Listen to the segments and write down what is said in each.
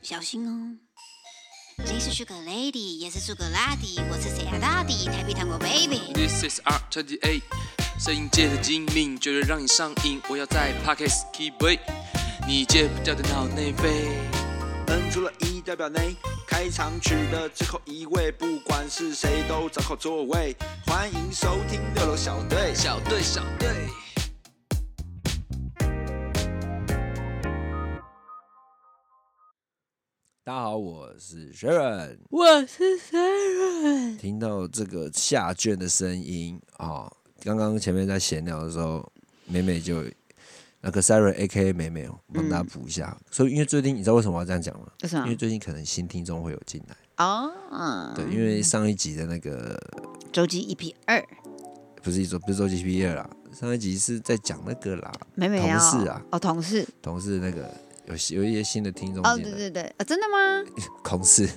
小心哦。你是 Sugar Lady， 也是 Sugar Daddy， 我是谁啊大弟，台北糖果 Baby。This is R28， 摄影界的精明，绝对让你上瘾。我要在 Podcast keep way， 你戒不掉的脑内啡。 N 除了一代表内，开场曲的最后一位，不管是谁都找好座位。欢迎收听6楼小队， 小队，小队。 大家好，我是 Sharon， 我是 Sharon。 听到这个下卷的声音啊，刚刚前面在闲聊的时候，美美就那个 Sharon AKA 美美帮大家补一下。所以因为最近你知道为什么我要这样讲吗？ 为什么？ 因为最近可能新听众会有进来哦。 对，因为上一集的那个周记 EP2， 不是周记 EP2啦，上一集是在讲那个啦， 美美同事啊， 同事那个。有一些新的听众进来， 对，真的吗？ 同事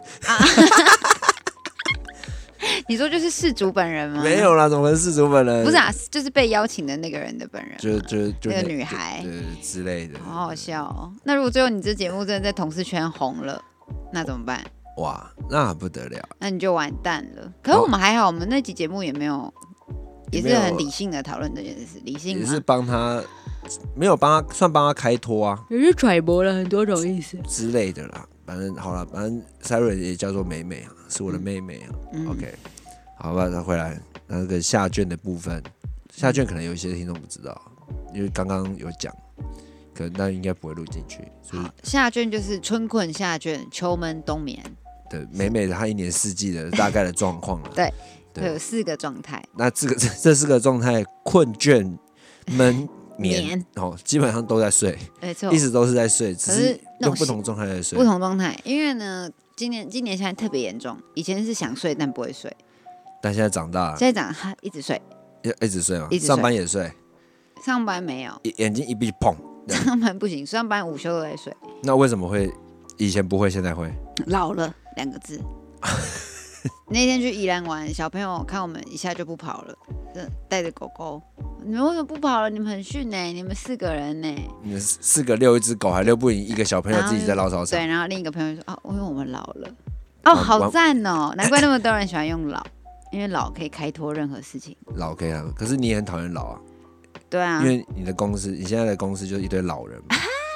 你说就是事主本人吗？ 没有啦，怎么可能事主本人？ 不是啊，就是被邀请的那个人的本人， 就那个女孩， 对之类的， 好好笑哦。那如果最后你这节目真的在同事圈红了，那怎么办？ 哇，那不得了， 那你就完蛋了。可是我们还好，我们那集节目也没有，也是很理性的讨论这件事，理性也是帮他。没有帮他开脱啊， 也是揣摩了很多种意思之类的啦。反正好了，反正 Sarah 也叫做美美啊，是我的妹妹啊。OK， 好吧，再回来那个下卷的部分，下卷可能有一些听众不知道，因为刚刚有讲，可能那应该不会录进去。所以下卷就是春困夏卷，秋闷冬眠。 对，美美她一年四季的大概的状况了。 对，会有4个状态。 那这4个状态，困倦、闷。眠基本上都在睡， 没错， 一直都是在睡，只是用不同状态在睡。 不同状态，因为呢，今年现在特别严重，以前是想睡但不会睡， 但现在长大了， 现在长他一直睡， 一直睡嘛， 一直睡上班也睡， 上班没有， 眼睛一闭砰， 上班不行，上班午休都在睡。 那为什么会以前不会，现在会？ 老了2个字。那天去宜兰玩，小朋友看我们一下就不跑了，带着狗狗，你们为什么不跑了？你们很逊呢，你们4个人呢？ 你们4个遛一只狗，还遛不赢一个小朋友自己在绕操场。 对，然后另一个朋友说：“哦，因为我们老了。”哦，好赞哦！难怪那么多人喜欢用老，因为老可以开拓任何事情。 老可以啊，可是你也很讨厌老啊。 对啊， 因为你现在的公司就是一堆老人嘛。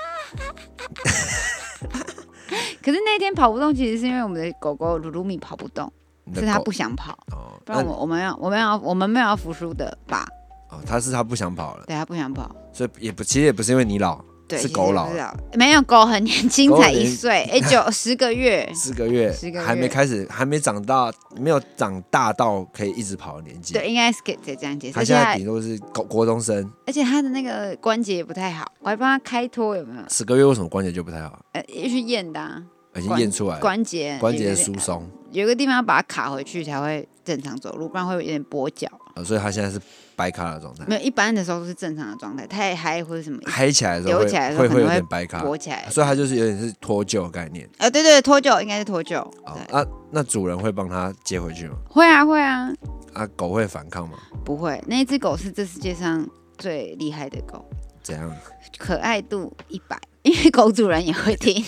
可是那天跑不动，其实是因为我们的狗狗鲁鲁米跑不动，是他不想跑。不然我们没有要服输的吧？ 他不想跑了， 对他不想跑， 所以其实也不是因为你老， 对， 是狗老， 没有，狗很年轻，才1岁，10个月 ，10个月还没长大，没有长大到可以一直跑的年纪。 对，应该是可以这样解释。 他现在顶多是国中生， 而且他的那个关节也不太好，我还帮他开脱，有没有 ？10个月为什么关节就不太好？ 也去验的啊。 已经验出来了， 关节疏松， 有个地方要把它卡回去才会正常走路，不然会有点跛脚。 所以他现在是掰卡的状态。 没有，一般的时候都是正常的状态，太嗨或者什么嗨起来的时候会有点掰卡， 跛起来， 所以他就是有点是脱臼的概念。 对，脱臼应该是脱臼。 那主人会帮他接回去吗？ 会啊。 狗会反抗吗？ 不会，那一只狗是这世界上最厉害的狗。 怎样？ 可爱度100，因为狗主人也会听。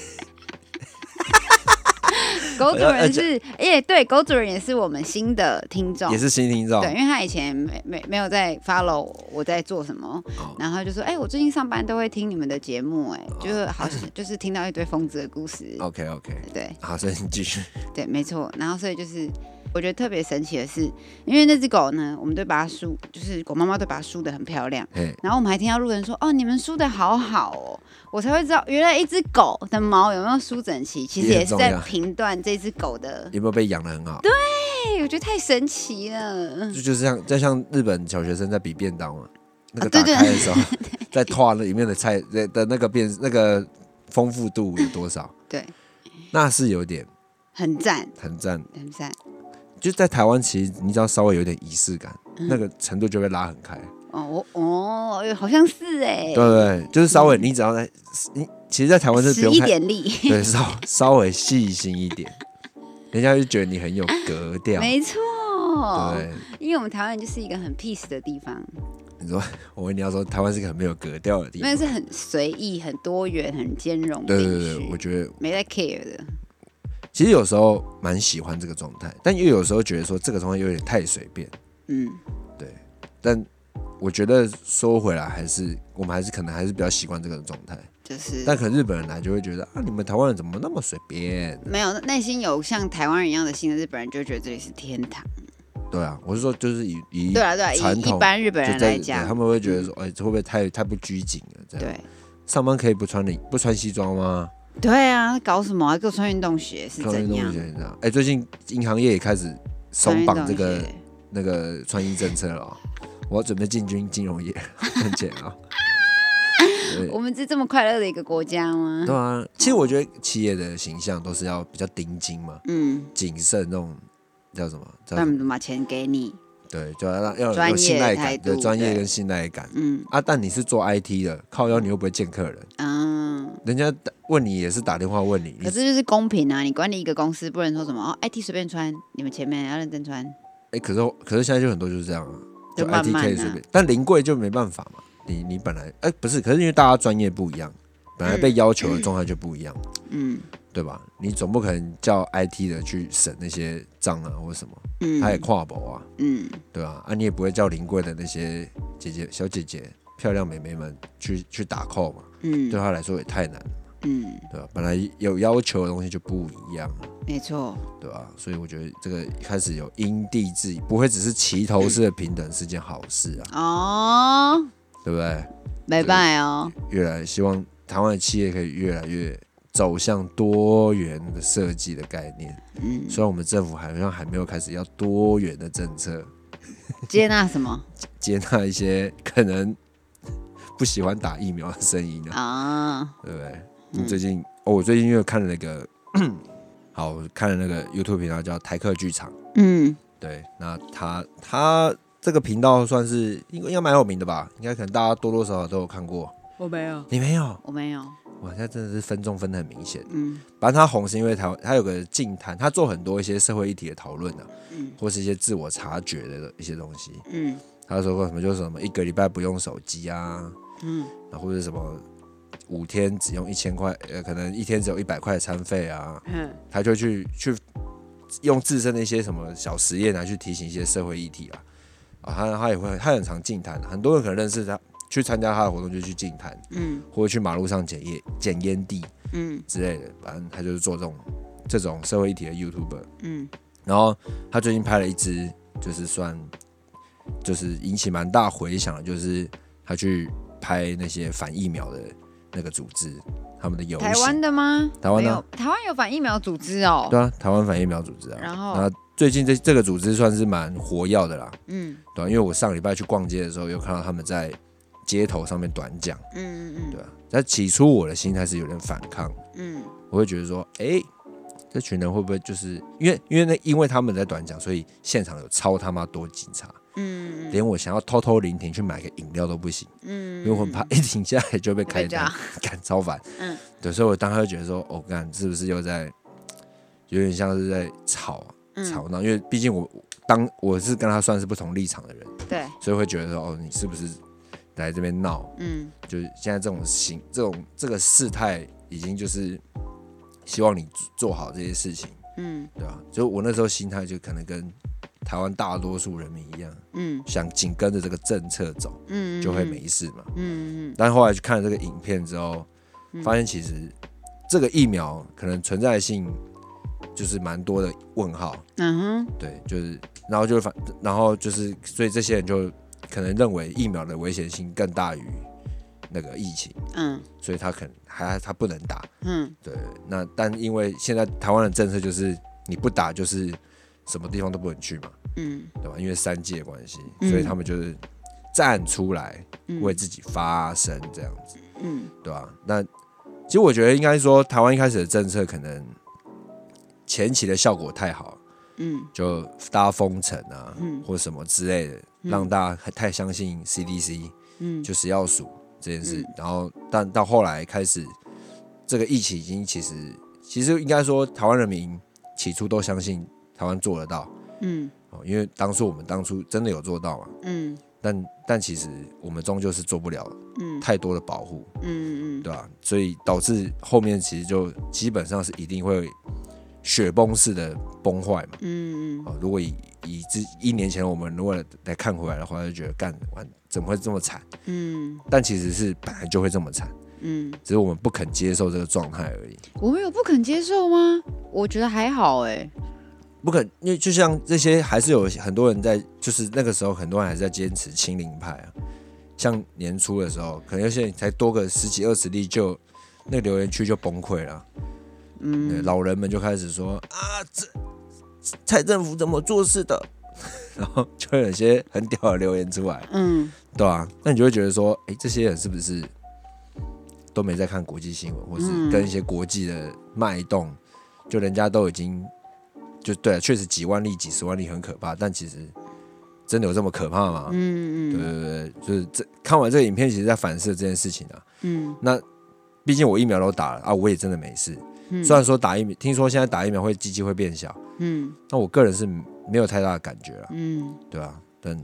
狗主人是，对，狗主人也是我们新的听众， 也是新听众。 对，因为他以前没有在 follow 我在做什么，然后就说，我最近上班都会听你们的节目，就是好像就是听到一堆疯子的故事。 OK， 对， 好，所以你继续。 对，没错，然后所以就是我觉得特别神奇的是，因为那只狗呢，我们都把它梳，就是狗妈妈都把它梳得很漂亮，然后我们还听到路人说，你们梳得好好哦。我才会知道，原来一只狗的毛有没有梳整齐，其实也是在评断这只狗的有没有被养得很好。 对，我觉得太神奇了。 就是像日本小学生在比便当嘛，那个打开的时候，在拖里面的菜的那个丰富度有多少？ 对， 那是有点很赞。 就在台湾，其实你只要稍微有点仪式感，那个程度就会拉很开。 好像是哎， 对，就是稍微你只要其实，在台湾是不用使一点力， 对，稍微细心一点，人家就觉得你很有格调。 没错， 对， 因为我们台湾就是一个很 peace 的地方。 你说我跟你要说，台湾是个很没有格调的地方， 那是很随意、很多元、很兼容。 对对对，我觉得没在 care 的。 其实有时候蛮喜欢这个状态，但又有时候觉得说这个状态有点太随便。对。但我觉得说回来，我们可能还是比较习惯这个状态。就是，但可能日本人来就会觉得啊，你们台湾人怎么那么随便？ 没有，内心有像台湾人一样的心的日本人就会觉得这里是天堂。 对啊，我是说，就是以传统一般日本人来讲， 他们会觉得说，会不会太不拘谨了？这样。对，上班可以不穿西装吗？ 对啊，搞什么？还给我穿运动鞋是怎样？ 最近银行业也开始松绑这个那个穿衣政策了。我要准备进军金融业，很简单。 我们是这么快乐的一个国家吗？ 对啊，其实我觉得企业的形象都是要比较盯紧嘛，谨慎那种。叫什么？ 他们把钱给你， 对，就要有信赖感，对，专业跟信赖感。但你是做 IT 的，靠腰你又不会见客人，人家问你也是打电话问你。 可是就是公平啊，你管理一个公司，不能说什么IT 随便穿，你们前面要认真穿。 可是现在就很多就是这样啊， 就慢慢 IT 可以随便，但临柜就没办法嘛。你本来不是，可是因为大家专业不一样，本来被要求的状态就不一样。对吧？你总不可能叫 IT 的去审那些账啊，或什么，他也跨博啊，对吧？你也不会叫临柜的那些小姐姐、漂亮妹妹们去打扣嘛，对他来说也太难了，对吧？本来有要求的东西就不一样， 没错， 对吧？所以我觉得这个开始有因地制宜，不会只是齐头式的平等是件好事啊，对不对？ 没办哦， 越来希望台湾的企业可以越来越走向多元的设计的概念，虽然我们政府好像还没有开始要多元的政策， 接纳什么？ 接纳一些可能不喜欢打疫苗的声音啊，对不对？我最近又看了那个，我看了那个 YouTube 频道叫台客剧场，对，那他这个频道算是应该蛮有名的吧？应该可能大家多多少少都有看过。 我没有， 你没有？ 我没有。 哇，他真的是分众分得很明显。反正他红是因为他有个净滩，他做很多一些社会议题的讨论啊，或是一些自我察觉的一些东西。他说过什么就是什么1个礼拜不用手机啊，然后或者什么5天只用1000块，可能1天只有100块的餐费啊，他就去用自身的一些什么小实验来去提醒一些社会议题啊，他很常净滩，很多人可能认识他。去参加他的活动就去净滩，或者去马路上捡烟蒂，之类的，反正他就是做这种社会议题的 YouTuber，然后他最近拍了一支，就是引起蛮大回响的，就是他去拍那些反疫苗的那个组织，他们的游行。 台湾的吗？ 台湾的， 台湾有反疫苗组织哦。 对啊，台湾反疫苗组织啊。然后最近这个组织算是蛮活跃的啦，对啊，因为我上礼拜去逛街的时候，有看到他们在街头上面短讲，对啊。但起初我的心态是有点反抗，我会觉得说，这群人会不会就是因为他们在短讲，所以现场有超他妈多警察，连我想要偷偷临停去买个饮料都不行，因为我很怕一停下来就被开单，干超烦，对，所以我当时就觉得说，干是不是又在有点像是在吵闹，因为毕竟我是跟他算是不同立场的人，对，所以会觉得说，你是不是来这边闹？就是现在这个事态已经就是希望你做好这些事情，对吧？就我那时候心态就可能跟台湾大多数人民一样，想紧跟着这个政策走，就会没事嘛，但后来去看了这个影片之后，发现其实这个疫苗可能存在性就是蛮多的问号，对，就是然后就是所以这些人就可能认为疫苗的危险性更大于那个疫情，所以他可能他不能打，对。那但因为现在台湾的政策就是你不打就是什么地方都不能去嘛，对吧？因为3剂的关系，所以他们就是站出来为自己发声这样子，对吧？那其实我觉得应该说，台湾一开始的政策可能前期的效果太好，就大家封城啊，或什么之类的，让大家太相信 CDC，就食药署这件事，然后但到后来开始，这个疫情已经其实应该说，台湾人民起初都相信台湾做得到，因为我们当初真的有做到嘛， 但其实我们终究是做不了太多的保护，对吧？所以导致后面其实就基本上是一定会雪崩式的崩坏嘛，如果以1年前我们如果来看回来的话，就觉得干完怎么会这么惨？但其实是本来就会这么惨，只是我们不肯接受这个状态而已。 我们有不肯接受吗？我觉得还好不肯，因为就像这些，还是有很多人在，就是那个时候很多人还是在坚持清零派啊。像年初的时候，可能有些人才多个10几20例就那个留言区就崩溃了。老人们就开始说啊，这蔡政府怎么做事的？然后就会有一些很屌的留言出来，对啊，那你就会觉得说，这些人是不是都没在看国际新闻，或是跟一些国际的脉动，就人家都已经。就对了，确实几万例、几10万例很可怕，但其实真的有这么可怕吗？对，就是看完这个影片，其实在反思这件事情啊。那毕竟我疫苗都打了啊，我也真的没事。虽然说打疫苗，听说现在打疫苗会鸡鸡会变小，但我个人是没有太大的感觉了。对吧？但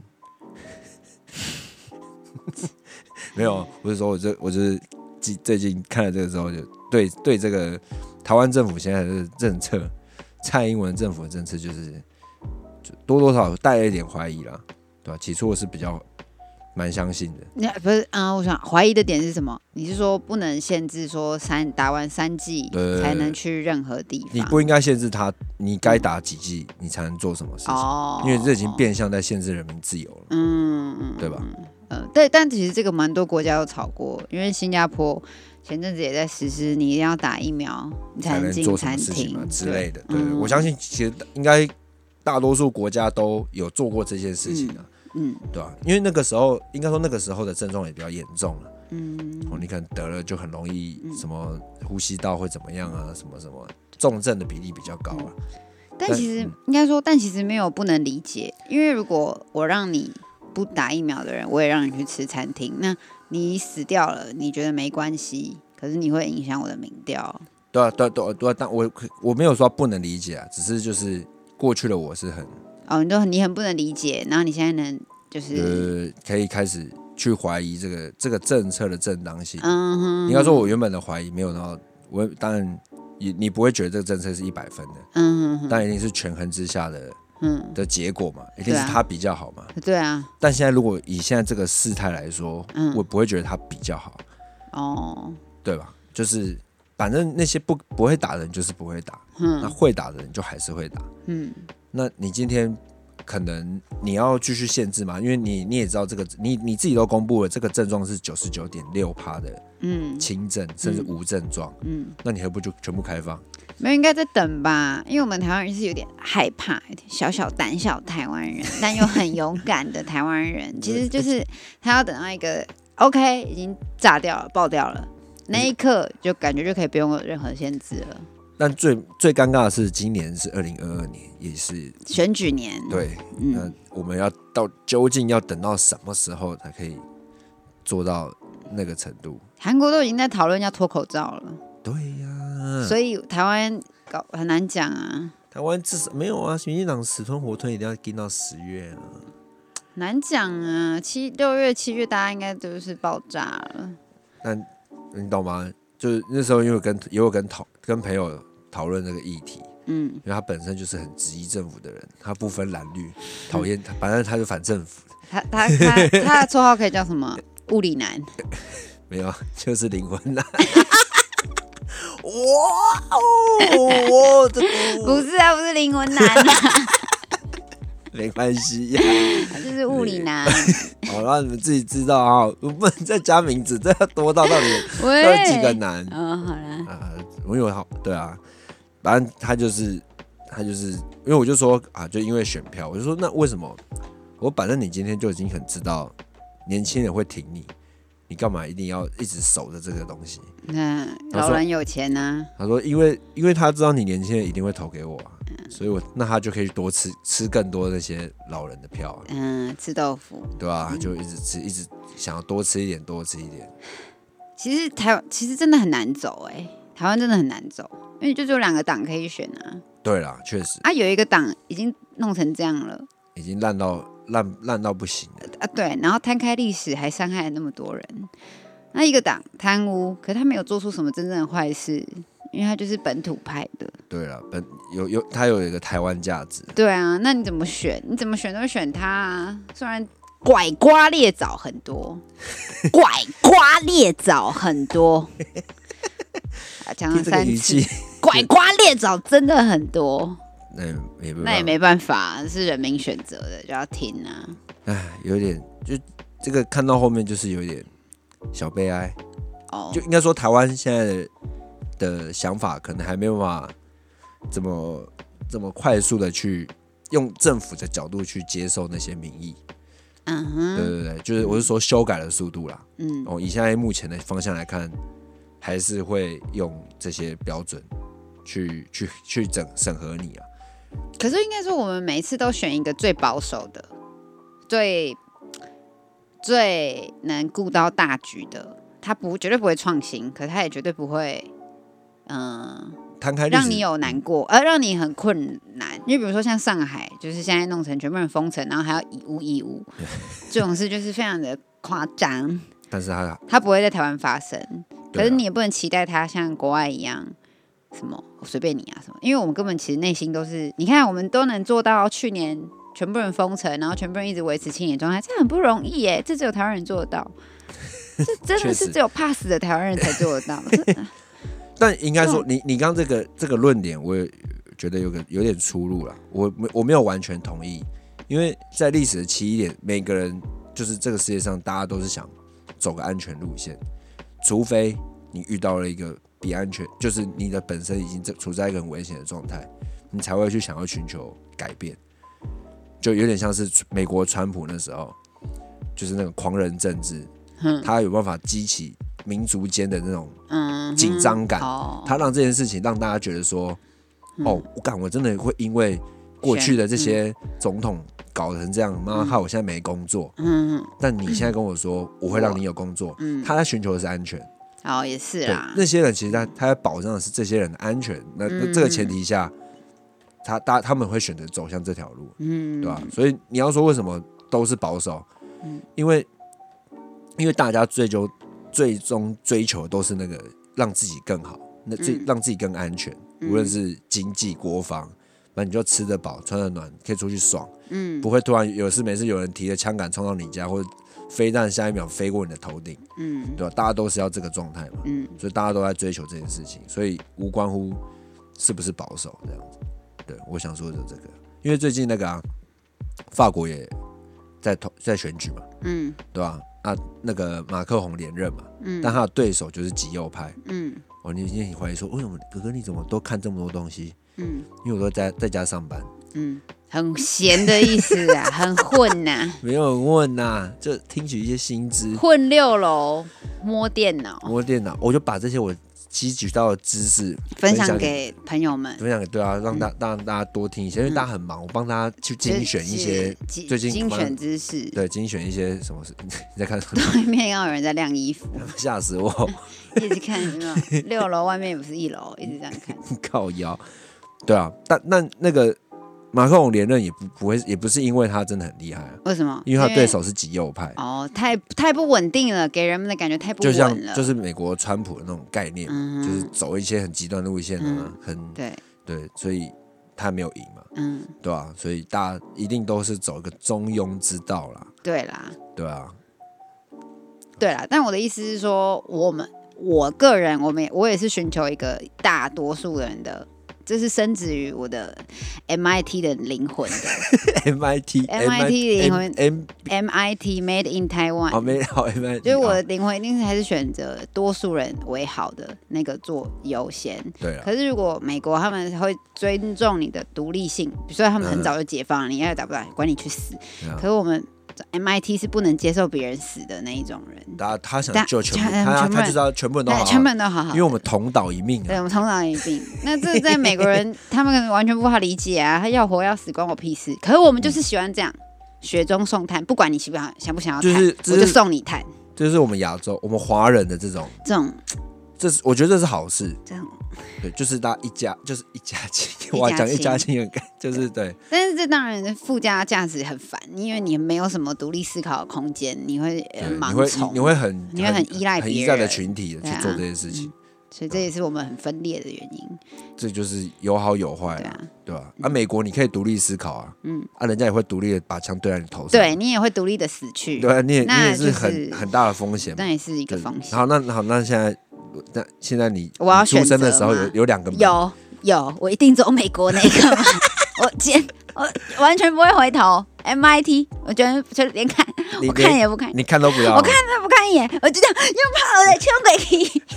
没有，我是说我就是最近看了这个之后，就对这个台湾政府现在的政策。蔡英文政府的政策就多多少少带了一点怀疑啦，对吧？起初我是比较蛮相信的。 不是我想怀疑的点是什么？你是说不能限制说打完3剂才能去任何地方？ 你不应该限制他，你该打几剂你才能做什么事情？因为这已经变相在限制人民自由了，对吧？ 对，但其实这个蛮多国家都吵过，因为新加坡。前阵子也在实施，你一定要打疫苗，你才能进餐厅之类的。对，我相信其实应该大多数国家都有做过这件事情啊，对吧？因为那个时候应该说那个时候的症状也比较严重了，你可能得了就很容易什么呼吸道会怎么样啊，什么重症的比例比较高啊。 但其实应该说，但其实没有不能理解，因为如果我让你不打疫苗的人，我也让你去吃餐厅，那你死掉了，你觉得没关系，可是你会影响我的民调。 对啊，但我没有说不能理解啊，只是就是过去的我是很你很不能理解，然后你现在能就是可以开始去怀疑这个政策的正当性。应该说，我原本的怀疑没有到，我当然你不会觉得这个政策是100分的，但一定是权衡之下的结果嘛，一定是他比较好嘛。 对啊。 但现在如果以现在这个事态来说，我不会觉得他比较好。对吧？就是反正那些不会打的人就是不会打，那会打的人就还是会打。那你今天可能你要继续限制嘛，因为你也知道这个你自己都公布了，这个症状是99.6%的轻症甚至无症状。那你何不就全部开放？ 没有，应该在等吧，因为我们台湾人是有点害怕，有点小胆小台湾人，但又很勇敢的台湾人。其实就是他要等到一个 OK 已经炸掉了、爆掉了那一刻，就感觉就可以不用有任何限制了。 但最尴尬的是，今年是2022年，也是选举年。 对，那我们究竟要等到什么时候才可以做到那个程度？ 韩国都已经在讨论要脱口罩了。 对呀， 所以台湾很难讲啊。 台湾至少没有啊，民进党死吞活吞，一定要跟到10月啊。 难讲啊，6月、7月大家应该都是爆炸了。 那你懂吗？就是那时候因为也有跟朋友讨论这个议题，因为他本身就是很质疑政府的人，他不分蓝绿，讨厌他，反正他就反政府。 他的绰号可以叫什么？物理男？ 没有，就是灵魂男。 不是啊，不是灵魂男啊。 没关系呀， 他就是物理男。 好，让你们自己知道啊，我不能再加名字，这要多到底有几个男？ 好了。 我以为对啊，反正他就是，因为我就说啊，就因为选票，我就说那为什么？我反正你今天就已经很知道年轻人会挺你，你干嘛一定要一直守着这个东西？ 老人有钱啊。 他说因为他知道你年轻人一定会投给我啊。所以那他就可以多吃更多那些老人的票啊， 吃豆腐， 对吧？就一直吃，一直想要多吃一点。 其实真的很难走台湾真的很难走，因为就只有2个党可以选啊。 对啦，确实有一个党已经弄成这样了， 已经烂到烂到不行啊，对，然后摊开历史还伤害了那么多人。那一个党贪污，可是他没有做出什么真正的坏事，因为他就是本土派的。 对了，他有一个台湾价值。 对啊，那你怎么选？你怎么选都选他啊。虽然拐瓜裂枣很多，拐瓜裂枣很多，讲了3次，拐瓜裂枣真的很多。那也没办法，是人民选择的，就要听啊。 哎，有点就这个看到后面就是有点小悲哀。就应该说台湾现在的想法可能还没有办法这么快速的去用政府的角度去接受那些民意。对，就是我是说修改的速度啦。以现在目前的方向来看，还是会用这些标准去审核你啊。 可是应该说，我们每一次都选一个最保守的、最能顾到大局的，他绝对不会创新，可是他也绝对不会， 摊开让你有难过，让你很困难。因为比如说像上海，就是现在弄成全部人封城，然后还要以物这种事，就是非常的夸张。 但是他不会在台湾发生，可是你也不能期待他像国外一样。什么随便你啊什么？因为我们根本其实内心都是，你看我们都能做到去年全部人封城，然后全部人一直维持清零状态，这很不容易耶，这只有台湾人做得到，这真的是只有怕死的台湾人才做得到。 但应该说，你刚刚这个论点，我也觉得有点出入了。我没有完全同意，因为在历史的起点，每个人就是这个世界上大家都是想走个安全路线，除非你遇到了一个。比安全，就是你的本身已经处在一个很危险的状态，你才会去想要寻求改变，就有点像是美国川普那时候，就是那个狂人政治，他有办法激起民族间的那种紧张感，他让这件事情让大家觉得说，我真的会因为过去的这些总统搞成这样，妈害我现在没工作，但你现在跟我说我会让你有工作，他在寻求的是安全。 也是啦。 那些人其实他在保障的是这些人的安全。那这个前提下，他们会选择走向这条路，对吧？所以你要说为什么都是保守，因为大家最终追求都是那个让自己更好，让自己更安全，无论是经济、国防，那你就吃得饱、穿得暖，可以出去爽，不会突然有事没事有人提着枪杆冲到你家，或者飞弹下一秒飞过你的头顶，对吧？大家都是要这个状态嘛，所以大家都在追求这件事情，所以无关乎是不是保守这样子。对，我想说的就是这个，因为最近那个法国也在选举嘛，对吧？那个马克宏连任嘛，但他的对手就是极右派，你怀疑说，为什么哥哥你怎么都看这么多东西？因为我都在家上班。 很闲的意思啊，很混呐、 没有很混呐，就听取一些新知。 混6楼摸电脑， 我就把这些我汲取到的知识分享给朋友们， 对啊，让大家多听一些，因为大家很忙，我帮大家去精选一些最近精选知识， 对，精选一些什么事？你在看什么？ 外面刚好有人在晾衣服， 吓死我！ 一直看有没有6楼外面也不是1楼，一直这样看， 靠腰。对啊，但那个。马克宏连任也不是因为他真的很厉害， 为什么？ 因为他对手是极右派。 太不稳定了，给人们的感觉太不稳了。 就像就是美国川普的那种概念，就是走一些很极端的路线啊，对，所以他没有赢嘛，对吧？所以大家一定都是走一个中庸之道啦。 对啦， 对啊， 对啦。但我的意思是说，我个人，我也是寻求一个大多数人的。这是深植于我的 MIT 的灵魂的MIT 的灵魂 MIT Made in Taiwan， 就是我的灵魂一定是还是选择多数人为好的那个做优先。 对啊。 可是如果美国他们会尊重你的独立性，比如说他们很早就解放了，你要打不打管你去死。可是我们MIT 是不能接受别人死的那一种人， 他想救全部，他就是要全部人都好， 全部人都好， 因为我们同岛一命。 对，我们同岛一命。那这在美国人他们可能完全无法理解啊，他要活要死关我屁事。可是我们就是喜欢这样，雪中送炭，不管你想不想要炭，我就送你炭。 这是我们亚洲，我们华人的这种我觉得这是好事。 这样对，就是大家一家亲，我讲一家亲，就是对。 但是这当然附加价值很烦，因为你没有什么独立思考的空间，你会盲从， 你会很依赖别人， 很依赖的群体去做这些事情。 所以这也是我们很分裂的原因。 这就是有好有坏对吧？美国你可以独立思考人家也会独立的把枪对在你头上， 对你也会独立的死去， 对，你也是很大的风险， 那也是一个风险。 好，那现在你我出生的时候有2个门， 有，我一定走美国那个嘛，我完全不会回头。MIT， 我觉得就连看，我看也不看， 你看都不要， 我看都不看一眼，我就这样用跑的冲过去。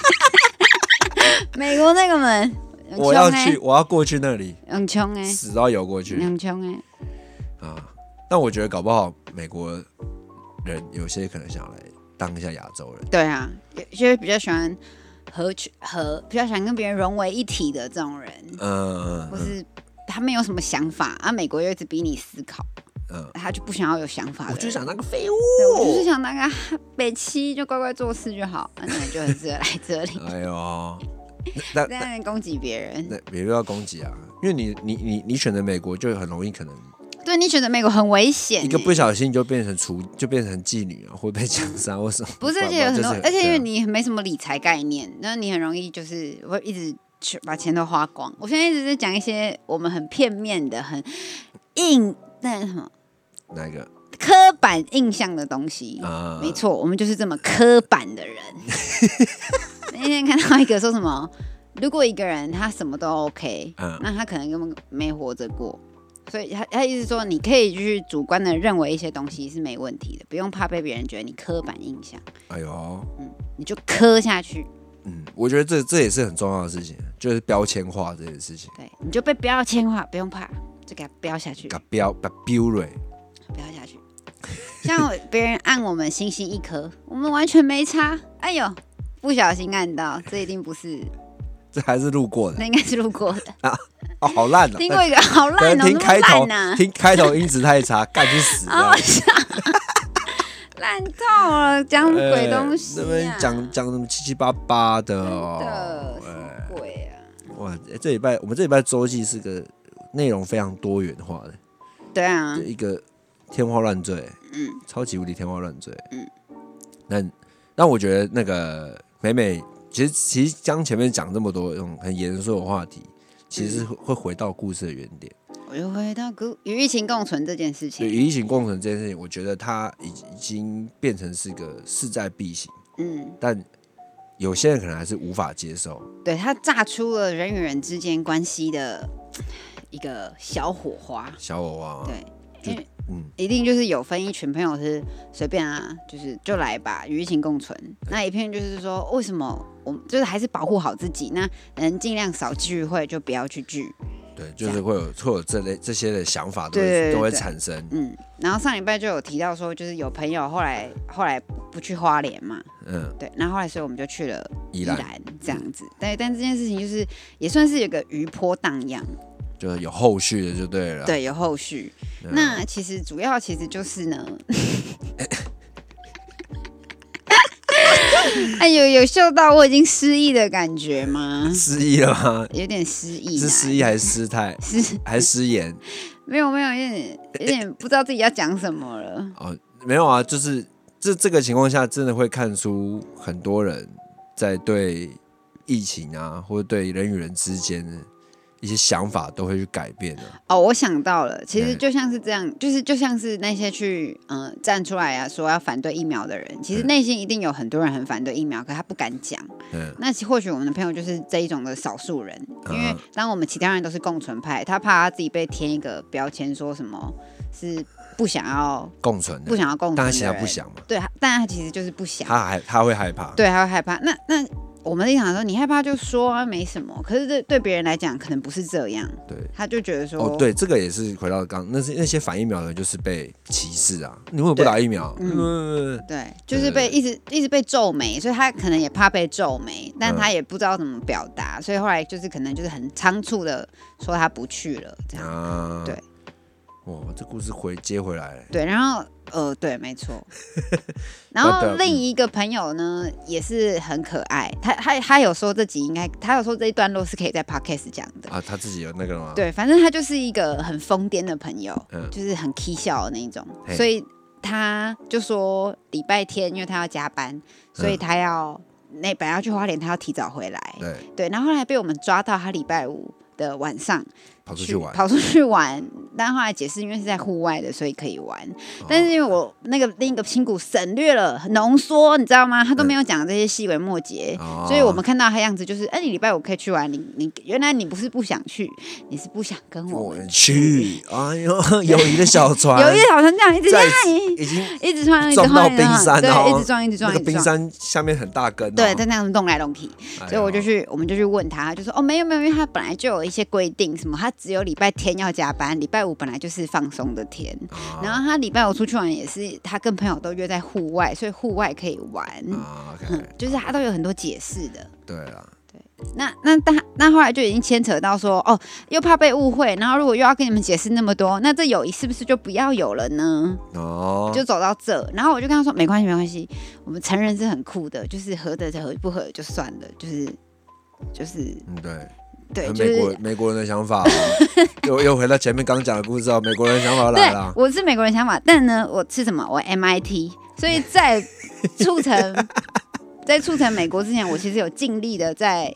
美国那个门， 我要过去那里， 很穷死都要游过去， 很穷但我觉得搞不好美国人有些可能想来当一下亚洲人。 对啊，有些比较喜欢比较想跟别人融为一体的这种人，或是他没有什么想法美国又一直逼你思考，他就不想要有想法的人。 我就想当个废物， 我就是想当个北七，就乖乖做事就好。那你就很适合来这里。 哎呦， 在那边攻击别人， 别人要攻击啊，因为你选择美国就很容易可能。 对，你选择美国很危险， 一个不小心就变成妓女啊，会被枪杀或什么。 不是，而且有很多，而且因为你没什么理财概念，那你很容易就是会一直把钱都花光。我现在一直在讲一些我们很片面的、很硬那什么哪一个刻板印象的东西。没错，我们就是这么刻板的人。那天看到一个说什么，如果一个人他什么都 OK，那他可能根本没活着过。所以他意思说，你可以去主观的认为一些东西是没问题的，不用怕被别人觉得你刻板印象。 哎呦， 你就刻下去。 我觉得这也是很重要的事情，就是标签化这件事情。 对，你就被标签化，不用怕，就给它标下去。 给它标蕊， 标下去。像别人按我们星星1颗，我们完全没差。哎呦，不小心按到，这一定不是。 这还是路过的， 那应该是路过的好烂哦！ 听过一个好烂哦， 听开头音质太差，干去死！ 烂透了，讲鬼东西那边讲什么七七八八的哦， 什么鬼啊！ 哇，我们这礼拜周记是个内容非常多元化的， 对啊， 就一个天花乱坠，超级无敌天花乱坠，那我觉得那个美美。其实刚前面讲这么多种很严肃的话题，其实是会回到故事的原点。 我又回到与疫情共存这件事情。 对，与疫情共存这件事情，我觉得它已经变成是个势在必行。但有些人可能还是无法接受。 对，它炸出了人与人之间关系的一个小火花。 小火花。 对，一定就是有分一群朋友是随便就来吧，与疫情共存。那一片就是说，为什么我们就是还是保护好自己，那能尽量少聚会就不要去聚。 对，就是会有这些的想法都会产生。 然后上礼拜就有提到说，就是有朋友后来不去花莲嘛，对，然后后来所以我们就去了宜兰这样子。但这件事情就是也算是有个余波荡漾。 就有后续的就对了， 对，有后续。那其实主要就是呢，有嗅到我已经失忆的感觉吗？ 失忆了吗？ 有点失忆， 是失忆还是失态？还是失言？ 没有，有点不知道自己要讲什么了。 没有啊，就是这个情况下，真的会看出很多人在对疫情啊，或者对人与人之间的一些想法都会去改变的。 我想到了，其实就像是这样，就像是那些去站出来说要反对疫苗的人，其实内心一定有很多人很反对疫苗，可他不敢讲。那或许我们的朋友就是这一种的少数人，因为当我们其他人都是共存派，他怕他自己被添一个标签，说什么是不想要共存的， 不想要共存的人， 但他其实他不想嘛。 对，但他其实就是不想， 他会害怕， 对，他会害怕。那我们立场说，你害怕就说没什么，可是对别人来讲可能不是这样，对，他就觉得说， 对，这个也是回到刚那些反疫苗的人就是被歧视啊，你为什么不打疫苗？ 对，就是被一直被皱眉，所以他可能也怕被皱眉，但他也不知道怎么表达，所以后来就是可能就是很仓促的说他不去了，这样，对。 哇，这故事接回来了。 对，然后对，没错。然后另一个朋友呢，也是很可爱。他有说他有说这一段落是可以在 podcast 讲的啊。他自己有那个吗？ 对，反正他就是一个很疯癫的朋友，就是很 k 笑的那一种，所以他就说礼拜天，因为他要加班，所以他本来要去花莲，他要提早回来。对，然后后来被我们抓到他礼拜五的晚上跑出去玩，但后来解释因为是在户外的，所以可以玩。但是因为我那个另一个亲骨省略了浓缩，你知道吗？他都没有讲这些细微末节，所以我们看到他样子就是，你礼拜五可以去玩，你原来你不是不想去，你是不想跟我们去。 哎呦，友谊的小船， 友谊的小船这样一直一直撞到冰山， 对，一直撞， 那个冰山下面很大根， 对，在那样动来动去，所以我们就去问他，就说没有，因为他本来就有一些规定，什么他只有礼拜天要加班，礼拜五本来就是放松的天，然后他礼拜五出去玩也是他跟朋友都约在户外，所以户外可以玩，就是他都有很多解释的。 对啦， 对，那后来就已经牵扯到说，又怕被误会，然后如果又要跟你们解释那么多，那这友谊是不是就不要有了呢？就走到这，然后我就跟他说没关系，我们成人是很酷的，就是合得合不合就算了，就是对，就是美国人的想法，又回到前面刚讲的故事美国人的想法来了。 我是美国人想法，但呢，我是什么？我 MIT， 所以在促成美国之前，我其实有尽力的在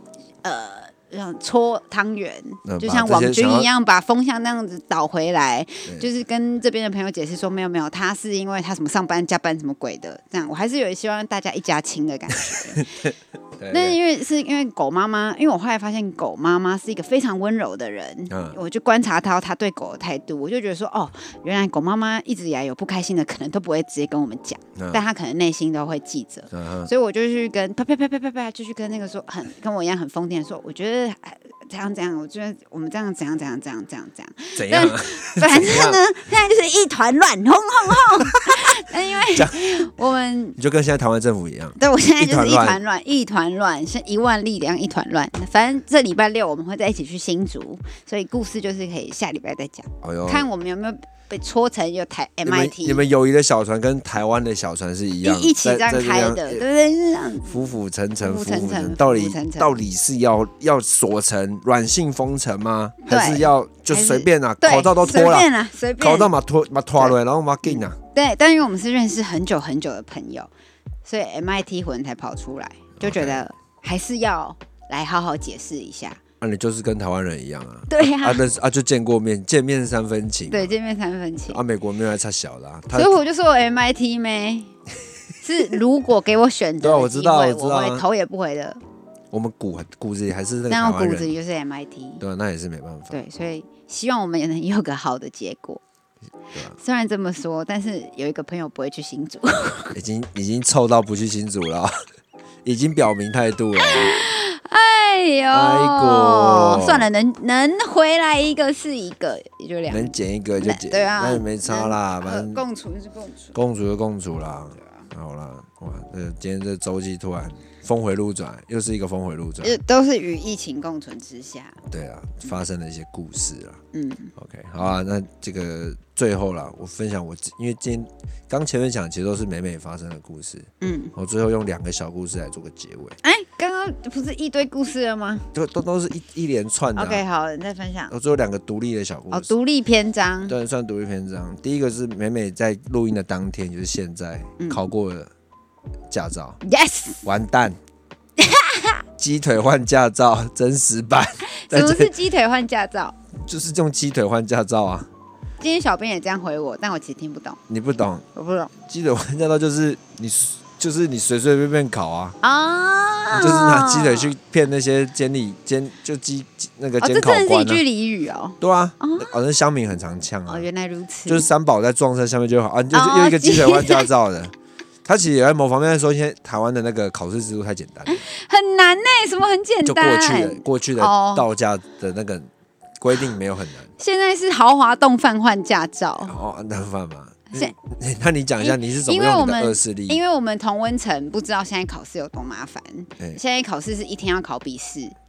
搓汤圆，就像网军一样，把风向那样子导回来，就是跟这边的朋友解释说，没有，他是因为他什么上班加班什么鬼的，这样我还是有希望大家一家亲的感觉。那因为狗妈妈，因为我后来发现狗妈妈是一个非常温柔的人，我就观察到她对狗的态度，我就觉得说，原来狗妈妈一直以来有不开心的，可能都不会直接跟我们讲，但她可能内心都会记着，所以我就去跟啪，就去跟那个说跟我一样很疯癫的说，我觉得怎样，我觉得我们这样怎样， 怎样， 反正呢，现在就是一团乱，轰。因为我们你就跟现在台湾政府一样， 对，我现在就是一团乱，是10000力量一团乱。反正这礼拜6我们会在一起去新竹，所以故事就是可以下礼拜再讲，看我们有没有被戳成有MIT。 你们友谊的小船跟台湾的小船是一样， 一起这样开的，对不对？是这样子， 浮沉，到底是要锁成软性封城吗？还是要就随便口罩都脱了， 随便口罩嘛脱了，然后嘛进啊。 对，但因为我们是认识很久的朋友，所以 MIT 魂才跑出来，就觉得还是要来好好解释一下。 你就是跟台湾人一样啊。 对呀。 就见过面，见面3分情。 对，见面3分情。 美国没有来差小的所以我就说我 MIT 妹是如果给我选择的机会，我会头也不回的。 我们骨子里还是那个台湾人， 那我骨子里就是 MIT。 对，那也是没办法。 对，所以希望我们也能有个好的结果。虽然这么说，但是有一个朋友不会去新竹， 已经凑到不去新竹了，已经表明态度了。 哎呦，算了，能回来一个是一个，也就2个， 能减一个就减， 对啊， 那也没差啦，反正共处就是共处， 共处就共处啦。好啦，哇，今天这周记突然峰回路转，又是一个峰回路转， 都是与疫情共存之下， 对啊，发生了一些故事啦。OK， 好啊，那这个最后啦，我分享因为今天刚前面讲其实都是美美发生的故事，我最后用2个小故事来做个结尾。 刚刚不是一堆故事了吗？ 都是一连串的。 OK， 好，你再分享。 我最后2个独立的小故事。 独立篇章。 对，算独立篇章。第一个是美美在录音的当天，就是现在考过了驾照。 Yes。 完蛋。鸡腿换驾照真实版。 什么是鸡腿换驾照？ 就是用鸡腿换驾照啊。 今天小编也这样回我，但我其实听不懂。 你不懂？ 我不懂。 鸡腿换驾照就是你随随便考啊。就是拿鸡腿去骗那些那个监考官。这真的是一句俚语哦。 对啊，好像乡民很常呛啊。 原来如此。 就是3宝在撞车下面就好就有一个鸡腿换驾照的。他其实也在某方面说，现在台湾的那个考试制度太简单了， 很难什么很简单？ 就过去的道驾的那个规定没有很难。 现在是豪华动饭换驾照。 那饭嘛。那你讲一下你是怎么用你的恶势力？ 因为我们同温层不知道现在考试有多麻烦。现在考试是1天要考笔试，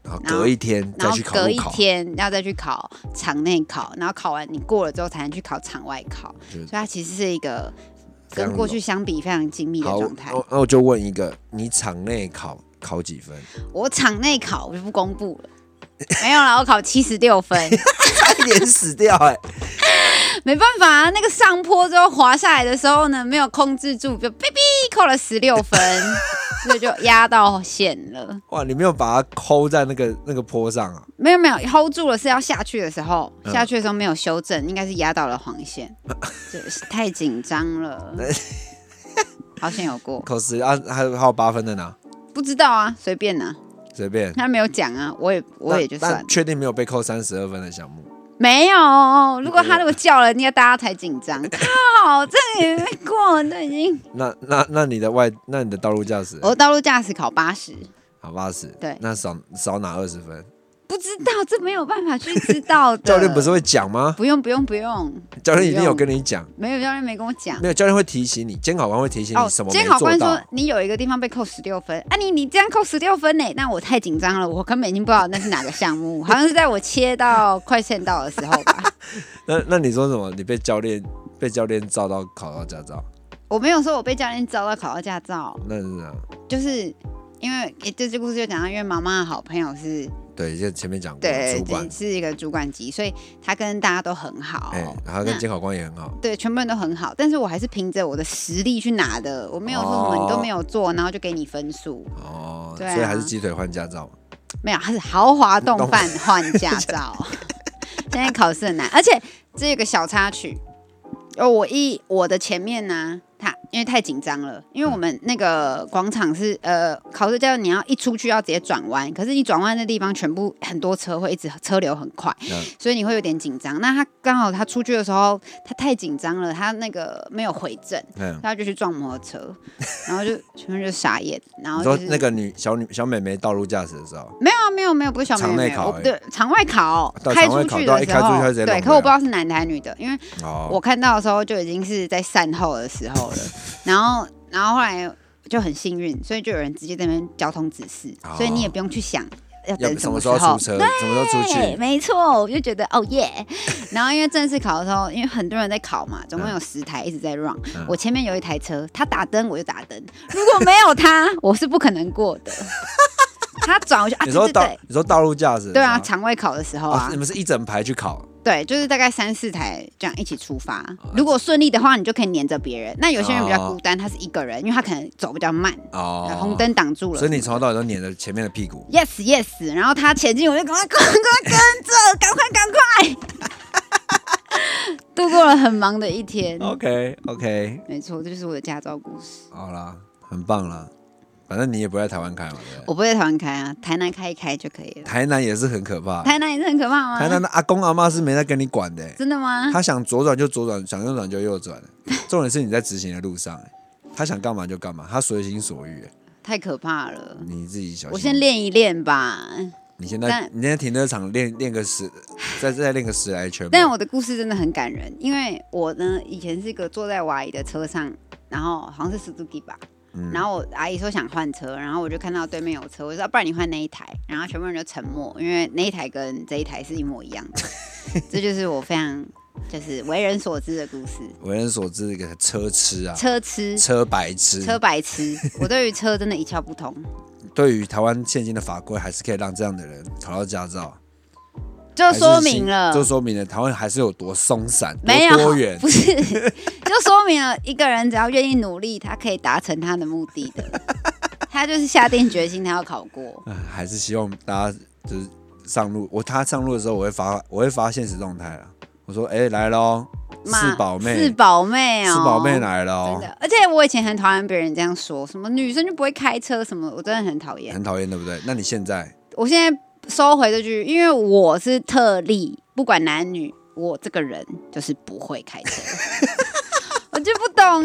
然后隔一天再去考路考， 然后隔一天要再去考场内考，然后考完你过了之后才能去考场外考，所以它其实是一个跟过去相比非常精密的状态。 那我就问一个，你场内考几分？ 我场内考我就不公布了，没有啦，我考76分， 差一点死掉没办法啊，那个上坡之后滑下来的时候呢，没有控制住，就哔哔扣了16分，所以就压到线了。 哇，你没有把它扣在那个坡上啊？ 没有 hold 住了，是要下去的时候，下去的时候没有修正，应该是压到了黄线，太紧张了。好险有过， 扣10啊，还有8分的呢？ 不知道啊，随便啊， 随便。 他没有讲啊，我也就算了。 但确定没有被扣32分的项目？ 没有，如果叫了，应该大家才紧张。靠，这个也没过，都已经。 那你的道路驾驶？ 我道路驾驶考80， 考80， 对， 那少拿20分？ 不知道，这没有办法去知道的。 教练不是会讲吗？ 不用。 教练一定有跟你讲。 没有，教练没跟我讲。 没有，教练会提醒你，监考官会提醒你什么没做到。监考官说你有一个地方被扣16分啊，你这样扣16分呢？那我太紧张了，我根本已经不知道那是哪个项目，好像是在我切到快线道的时候吧。 那你说什么？你被教练照到考到驾照？ 我没有说我被教练照到考到驾照。 那是啊， 就是因为这故事就讲到，因为妈妈的好朋友是。 对，就前面讲过， 对， 主管是一个主管级，所以他跟大家都很好， 然后跟监考官也很好， 对，全部人都很好。但是我还是凭着我的实力去拿的，我没有说什么你都没有做，然后就给你分数。 对啊，所以还是鸡腿换驾照。 没有，他是豪华动饭换驾照。现在考试很难，而且这有个小插曲，我的前面呢。因为太紧张了，因为我们那个广场是考试叫你要一出去要直接转弯，可是你转弯的地方全部很多车会一直车流很快，所以你会有点紧张。那他刚好他出去的时候他太紧张了，他那个没有回正，他就去撞摩托车，然后就全部就傻眼。然后你说那个小妹妹道路驾驶的时候， 没有，不是小妹妹， 场内考， 对，场外考开出去的时候，对，可我不知道是男的还是女的，因为我看到的时候就已经是在善后的时候了。然后后来就很幸运，所以就有人直接在那边交通指示，所以你也不用去想要等什么时候出车，什么时候出去。 没错，我就觉得哦耶。然后因为正式考的时候，因为很多人在考嘛，总共有10台一直在 run，我前面有一台车，他打灯我就打灯，如果没有他，我是不可能过的。他转我就你说道路驾驶？ 对啊，场外考的时候啊， 你们是一整排去考？ 对，就是大概3、4台这样一起出发。如果顺利的话，你就可以黏着别人。那有些人比较孤单，他是一个人，因为他可能走比较慢，红灯挡住了， 所以你从头到尾都黏着前面的屁股。 Yes， 然后他前进，我就赶快跟着，赶快，度过了很忙的一天。 OK， 没错，这就是我的驾照故事。 好啦，很棒啦。反正你也不在台湾开嘛，对不对？ 我不会在台湾开啊，台南开一开就可以了。 台南也是很可怕。 台南也是很可怕吗？ 台南的阿公阿妈是没在跟你管的。 真的吗？ 他想左转就左转，想右转就右转。重点是你在执行的路上，他想干嘛就干嘛，他随心所欲。 太可怕了， 你自己小心。 我先练一练吧。 你现在停车场练个10，再练个10来圈。 但我的故事真的很感人，因为我呢以前是一个坐在我阿姨的车上，然后好像是 Suzuki 吧。然后我阿姨说想换车，然后我就看到对面有车，我就说不然你换那一台，然后全部人就沉默，因为那一台跟这一台是一模一样的。这就是我非常就是为人所知的故事。 为人所知的一个车痴啊， 车白痴，我对于车真的一窍不通。 对于台湾现今的法规，还是可以让这样的人考到驾照。 就说明了台湾还是有多松散， 多元， 不是，就说明了一个人只要愿意努力，他可以达成他的目的的。他就是下定决心，他要考过。 还是希望大家就是上路。他上路的时候，我会发现实动态了。我说，来喽，四宝妹来喽。 真的，而且我以前很讨厌别人这样说，什么女生就不会开车什么，我真的很讨厌， 对不对？那你现在？ 我现在收回这句，因为我是特例，不管男女，我这个人就是不会开车，我就不懂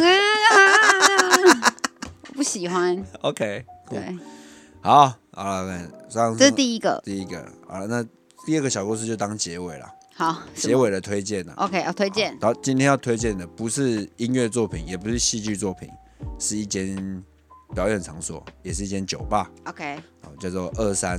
我不喜欢。 OK， 对， 好了， 这是第一个， 好了，那第二个小故事就当结尾了。 好， 结尾的推荐 OK， 要推荐。 好，今天要推荐的不是音乐作品，也不是戏剧作品，是一间表演场所，也是一间酒吧。 OK， 叫做23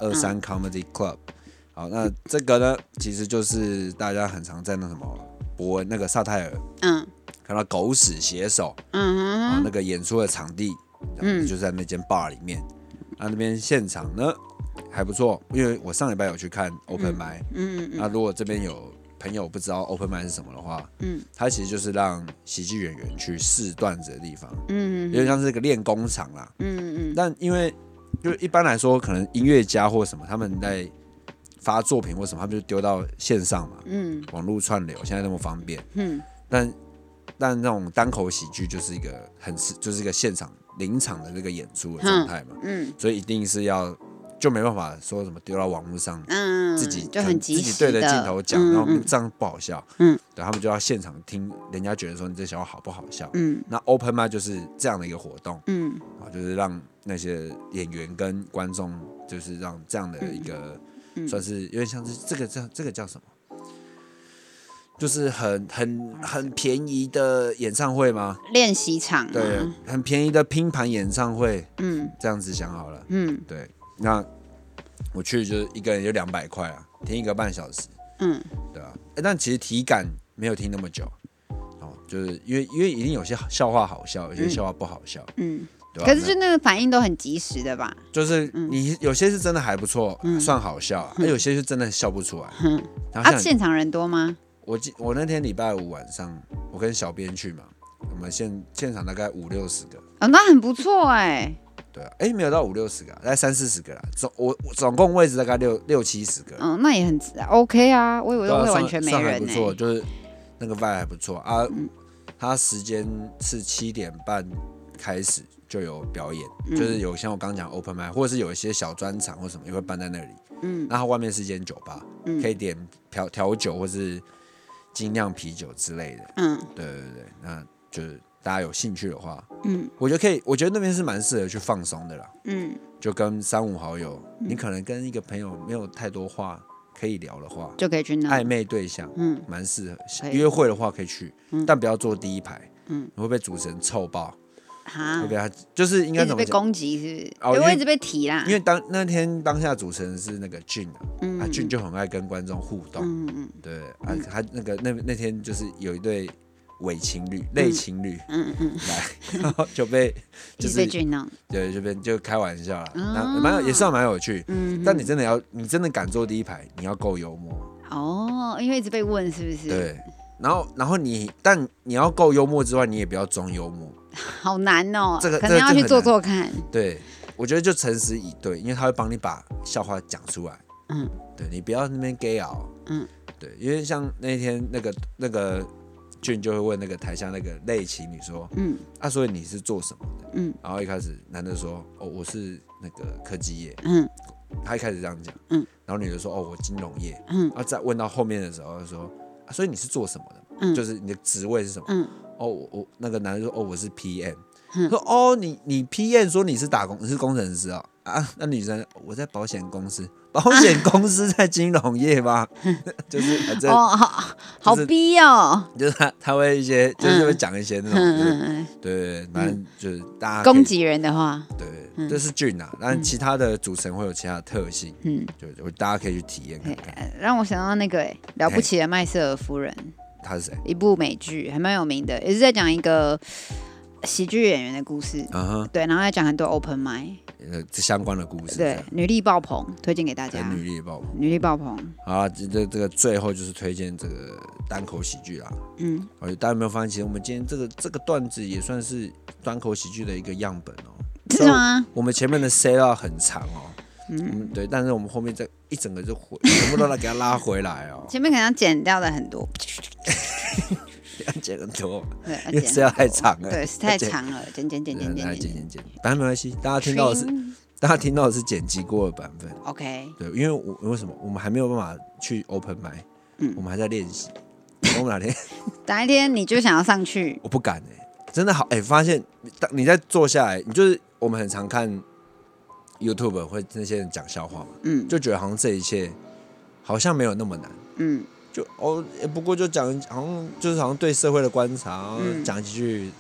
23 Comedy Club。好，那这个呢，其实就是大家很常在那什么伯恩那个萨泰尔，看到狗屎写手，那个演出的场地，就在那间 bar 里面。那边现场呢还不错，因为我上礼拜有去看 Open Mic，那如果这边有朋友不知道 Open Mic 是什么的话，它其实就是让喜剧演员去试段子的地方，有点像是一个练功场啦，但因为就一般来说，可能音乐家或什么他们在发作品或什么，他们就丢到线上嘛，网络串流现在那么方便，但那种单口喜剧就是一个现场临场的这个演出的状态嘛，所以一定是要就没办法说什么丢到网络上，自己就很及时的自己对着镜头讲，然后这样不好笑，对，他们就要现场听人家觉得说你这笑话好不好笑，那 Open Mic 就是这样的一个活动，就是让那些演员跟观众就是让这样的一个。算是有点像是这个叫什么？就是很便宜的演唱会吗？ 练习场、啊， 对，很便宜的拼盘演唱会，这样子想好了，对。那我去就是一个人就200块啊，听1个半小时，对吧？但其实体感没有听那么久，就是因为一定有些笑话好笑，有些笑话不好笑，对吧？ 可是就那个反应都很及时的吧？ 就是你有些是真的还不错，算好笑，有些是真的笑不出来。 现场人多吗？ 我那天礼拜5晚上，我跟小编去嘛，我们现场大概50-60个。 那很不错哎。 对啊，没有到50-60个，大概30-40个啦。我总共位置大概60-70个。 那也很OK 啊，我以为都会完全没人还不错，就是那个 vibe 还不错啊。它时间是7点半开始。就有表演，就是有像我刚刚讲 open mic， 或者是有一些小专场或什么也会办在那里。那它外面是一间酒吧，可以点调酒或是精酿啤酒之类的。对，那就是大家有兴趣的话，我觉得可以，我觉得那边是蛮适合去放松的啦。就跟3-5好友，你可能跟一个朋友没有太多话可以聊的话， 就可以去那暧昧对象，蛮适合。约会的话可以去，但不要坐第一排，你会被主持人臭爆。会被他就是应该怎么讲？ 被攻击是不是？会一直被提啦。 因为那天当下主持人是那个俊啊，俊就很爱跟观众互动，对啊，他那天就是有一对伪情侣、类情侣，来，然后就被就是被俊弄， 对，就开玩笑啦，那也算蛮有趣，但你真的敢坐第一排，你要够幽默因为一直被问是不是？ 对，然后但你要够幽默之外，你也不要装幽默。 好难哦， 这个可能要去做做看。对， 我觉得就诚实以对，因为他会帮你把笑话讲出来。对，你不要那边 gay 熬。对，因为像那天那个俊就会问那个台下那个类情侣说，所以你是做什么的？然后一开始男的说，我是那个科技业。他一开始这样讲。然后女的说，我金融业。然后再问到后面的时候，说，所以你是做什么的？就是你的职位是什么？我那个男的说，我是 PM，说你 PM 说你是你是工程师那女生我在保险公司，保险公司在金融业吗？就是好逼哦， 就是他会一些就是会讲一些那种，对，反正就是大家攻击人的话， 对，这是俊啊，但其他的组成会有其他的特性，就大家可以去体验看看。 让我想到那个了不起的麦瑟尔夫人。 他是谁？ 一部美剧，还蛮有名的，也是在讲一个喜剧演员的故事。对，然后在讲很多 open mic 相关的故事。 对，女力爆棚，推荐给大家。 女力爆棚， 女力爆棚。 好，这个最后就是推荐这个单口喜剧啦。大家有没有发现，其实我们今天这个段子也算是单口喜剧的一个样本哦。 是吗？ 我们前面的 set up 很长哦。对，但是我们后面这一整个就全部都来给它拉回来哦。 前面可能剪掉的很多， 要剪很多， 对， 因为实在太长了， 对，太长了，剪， 反正没关系，大家听到的是剪辑过的版本。 OK， 对，因为为什么我们还没有办法去 open mic，我们还在练习。我们哪一天你就想要上去？ 我不敢真的好发现你在坐下来，你就是我们很常看。YouTube 会那些人讲笑话嘛，就觉得好像这一切好像没有那么难，就不过就讲好像对社会的观察，讲几句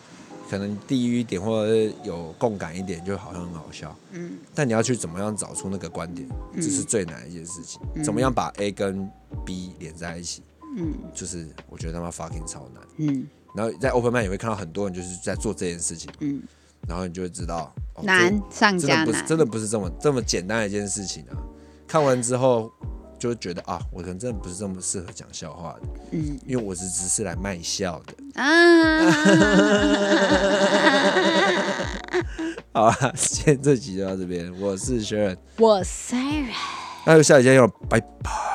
可能地狱一点或者是有共感一点，就好像很好笑。但你要去怎么样找出那个观点，这是最难的一件事情。怎么样把 A 跟 B 连在一起？就是我觉得他妈 fucking 超难。然后在 Open Mic 也会看到很多人就是在做这件事情。然后你就会知道， 难上加难， 真的不是这么简单的一件事情啊！看完之后就会觉得啊，我可能真的不是这么适合讲笑话的，因为我只是来卖笑的啊。好啊，今天这集就到这边，我是 Sharon， 我是 Siren， 那就下期见哟，拜拜。